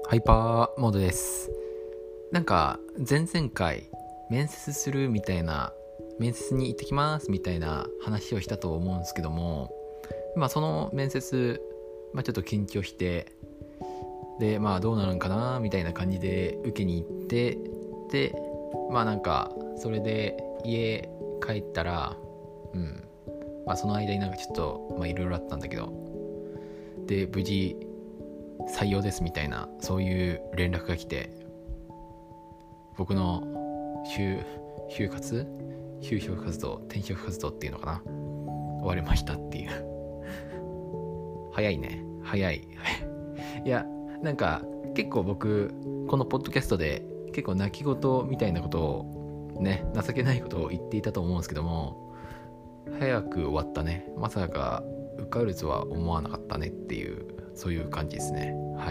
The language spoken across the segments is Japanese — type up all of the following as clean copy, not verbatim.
ハイパーモードです。なんか前々回面接するみたいな、面接に行ってきますみたいな話をしたと思うんですけども、その面接、ちょっと緊張して、でどうなるんかなみたいな感じで受けに行って、でなんかそれで家帰ったら、その間になんかちょっといろいろあったんだけど、で無事採用ですみたいな、そういう連絡が来て、僕の就職活動、転職活動っていうのかな、終わりましたっていう早いね、早いいや、なんか結構僕このポッドキャストで結構泣き言みたいなことをね、情けないことを言っていたと思うんですけども、早く終わったね。まさか受かるとは思わなかったねっていう、そういう感じですね。はい。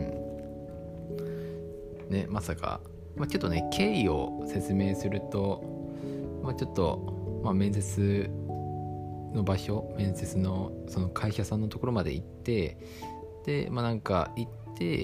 ね、まさか、ちょっとね、経緯を説明すると、ちょっと、面接の場所、面接のその会社さんのところまで行って、で、なんか行って、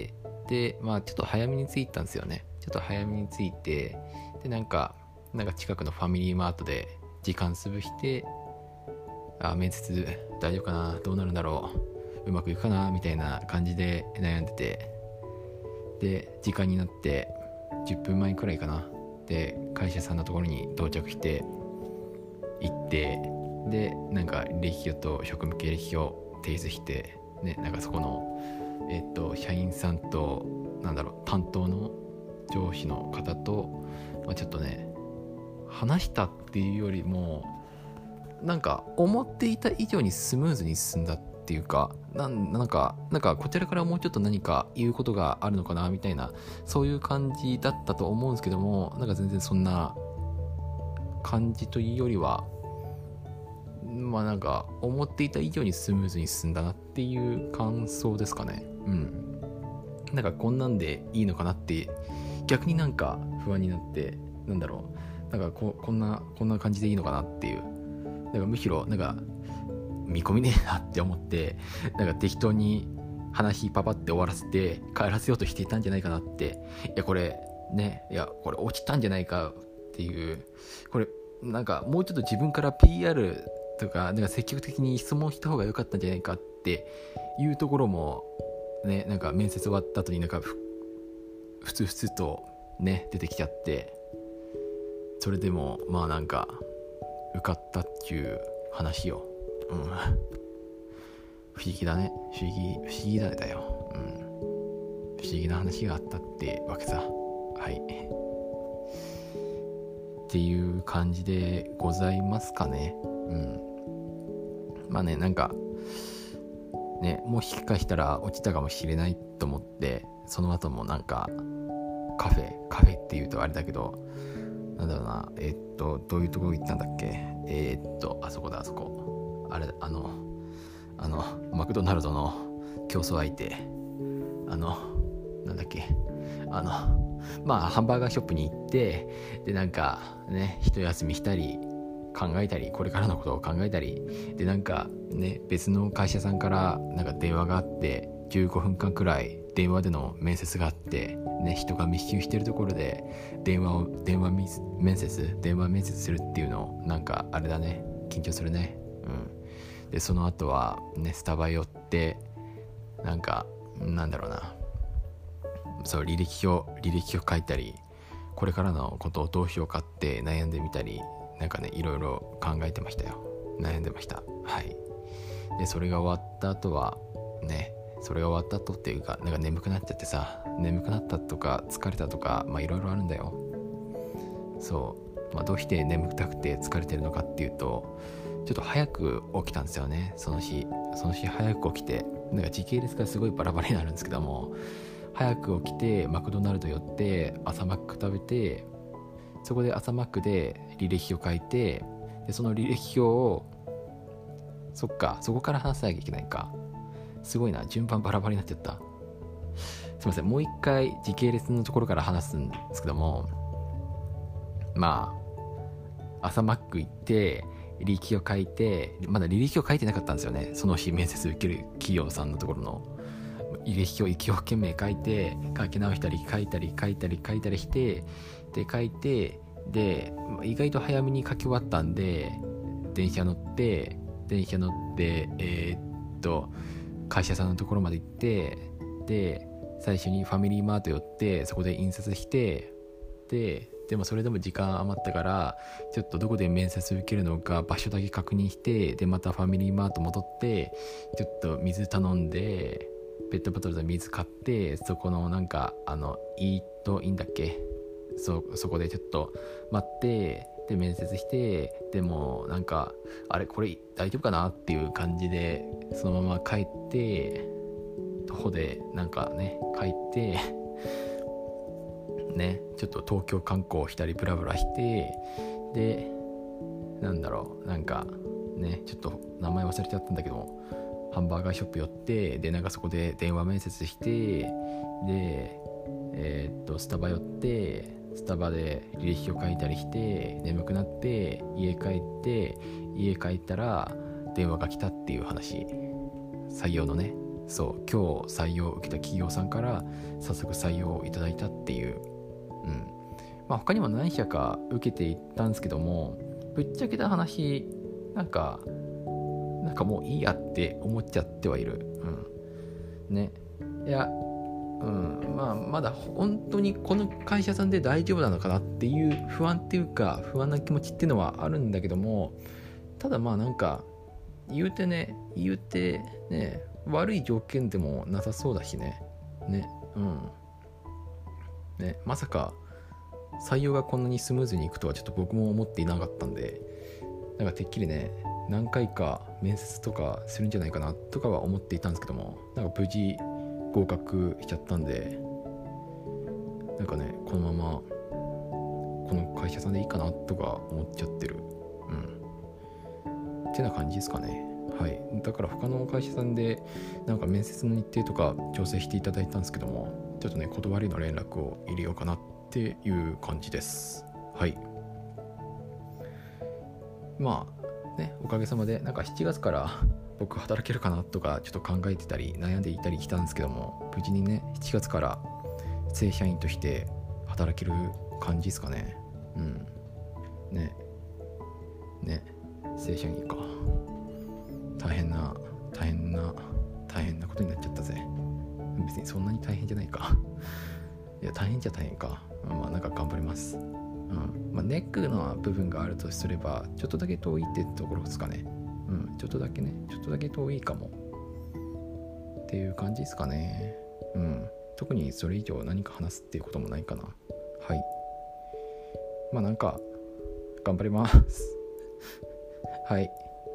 で、ちょっと早めに着いたんですよね。ちょっと早めに着いて、で、なんか近くのファミリーマートで時間潰して、面接大丈夫かな、どうなるんだろう、うまくいくかなみたいな感じで悩んでて、で時間になって10分前くらいかなで会社さんのところに到着して行って、でなんか履歴書と職務経歴を提出してね、なんかそこの社員さんと担当の上司の方と、ちょっとね話したっていうよりも、なんか思っていた以上にスムーズに進んだっていうか、なんかこちらからもうちょっと何か言うことがあるのかなみたいな、そういう感じだったと思うんですけども、なんか全然そんな感じというよりは、なんか思っていた以上にスムーズに進んだなっていう感想ですかね。なんかこんなんでいいのかなって、逆になんか不安になって、なんかこんな感じでいいのかなっていう、なんかむしろなんか見込みねえなって思って、なんか適当に話パパって終わらせて帰らせようとしていたんじゃないかなって、これ落ちたんじゃないかっていう、これなんかもうちょっと自分から PR とか、なんか積極的に質問した方が良かったんじゃないかっていうところもね、なんか面接終わった後になんかふつふつとね出てきちゃって、それでもなんか受かったっていう話よ。不思議だね、不思議だよ。不思議な話があったってわけさ。はいっていう感じでございますかね。なんかね、もしかしたら落ちたかもしれないと思って、その後もなんかカフェっていうとあれだけど、なんだろうな、どういうところ行ったんだっけ、あそこあれ、マクドナルドの競争相手、なんだっけ、ハンバーガーショップに行って、でなんかね一休みしたり考えたり、これからのことを考えたりで、なんかね別の会社さんからなんか電話があって、15分間くらい電話での面接があってね、人が密集してるところで電話面接するっていうの、なんかあれだね、緊張するね。でその後はねスタバ寄って、なんかなんだろうな、そう履歴書書いたり、これからのことをどうしようかって悩んでみたり、なんかねいろいろ考えてましたよ。悩んでました。はい。でそれが終わった後はね、それが終わった後っていうか、なんか眠くなっちゃってさ、眠くなったとか疲れたとか、いろいろあるんだよ。そう、どうして眠たくて疲れてるのかっていうと、ちょっと早く起きたんですよね。その日早く起きて、なんか時系列がすごいバラバラになるんですけども、早く起きてマクドナルド寄って朝マック食べて、そこで朝マックで履歴書書いて、でその履歴書をそこから話さなきゃいけないか。すごいな、順番バラバラになっちゃった。すいません、もう一回時系列のところから話すんですけども、朝マック行って履歴書書いて、まだ履歴書書いてなかったんですよね、その日面接受ける企業さんのところの。 履歴を一生懸命書いて書き直したり書いたりしてで書いてで意外と早めに書き終わったんで電車乗って会社さんのところまで行ってで最初にファミリーマート寄ってそこで印刷してでもそれでも時間余ったからちょっとどこで面接受けるのか場所だけ確認してでまたファミリーマート戻ってちょっと水頼んでペットボトルで水買ってそこのなんかイートインだっけそこでちょっと待ってで面接してでもなんかあれこれ大丈夫かなっていう感じでそのまま帰って徒歩でなんかね帰ってねちょっと東京観光したりブラブラしてでなんだろうなんかねちょっと名前忘れちゃったんだけどハンバーガーショップ寄ってでなんかそこで電話面接してでスタバ寄ってスタバで履歴を書いたりして眠くなって家帰ったら電話が来たっていう話採用のねそう今日採用を受けた企業さんから早速採用をいただいたっていうまあ他にも何社か受けていったんですけどもぶっちゃけた話なんかもういいやって思っちゃってはいるねいやまあまだ本当にこの会社さんで大丈夫なのかなっていう不安っていうか不安な気持ちっていうのはあるんだけどもただまあなんか言うてね悪い条件でもなさそうだしねまさか採用がこんなにスムーズにいくとはちょっと僕も思っていなかったんでなんかてっきりね何回か面接とかするんじゃないかなとかは思っていたんですけどもなんか無事合格しちゃったんでなんかねこのままこの会社さんでいいかなとか思っちゃってるってな感じですかねはいだから他の会社さんでなんか面接の日程とか調整していただいたんですけどもちょっとね断りの連絡を入れようかなっていう感じですはいまあねおかげさまでなんか7月から僕働けるかなとかちょっと考えてたり悩んでいたりしたんですけども無事にね7月から正社員として働ける感じですかねね正社員か大変なことになっちゃったぜ別にそんなに大変じゃないかいや大変じゃ大変かまあなんか頑張りますまあネックの部分があるとすればちょっとだけ遠いってところですかねちょっとだけ遠いかもっていう感じですかね特にそれ以上何か話すっていうこともないかなはいまあなんか頑張りますはい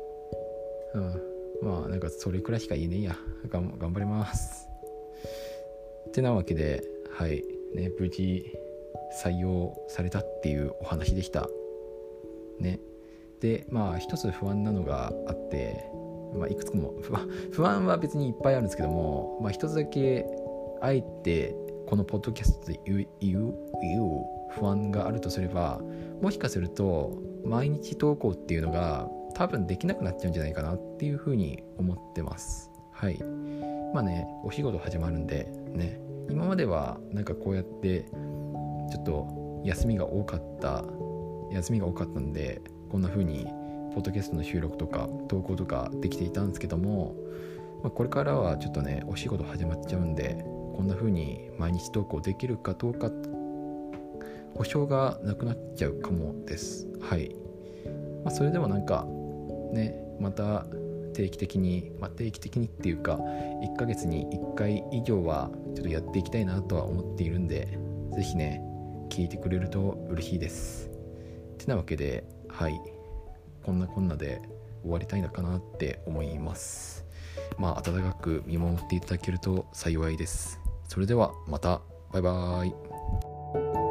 まあなんかそれくらいしか言えねえや頑張りますってなわけではいね無事採用されたっていうお話でしたねでまあ一つ不安なのがあってまあいくつも不安は別にいっぱいあるんですけどもまあ一つだけあえてこのポッドキャストで言う不安があるとすればもしかすると毎日投稿っていうのが多分できなくなっちゃうんじゃないかなっていうふうに思ってますはいまあねお仕事始まるんでね今まではなんかこうやってちょっと休みが多かったんでこんな風にポッドキャストの収録とか投稿とかできていたんですけども、まあ、これからはちょっとねお仕事始まっちゃうんでこんな風に毎日投稿できるかどうか保証がなくなっちゃうかもですはい、まあ、それでもなんかねまた定期的にっていうか1ヶ月に1回以上はちょっとやっていきたいなとは思っているんでぜひね聞いてくれると嬉しいですてなわけではいこんなで終わりたいのかなって思いますまあ温かく見守っていただけると幸いですそれではまたバイバーイ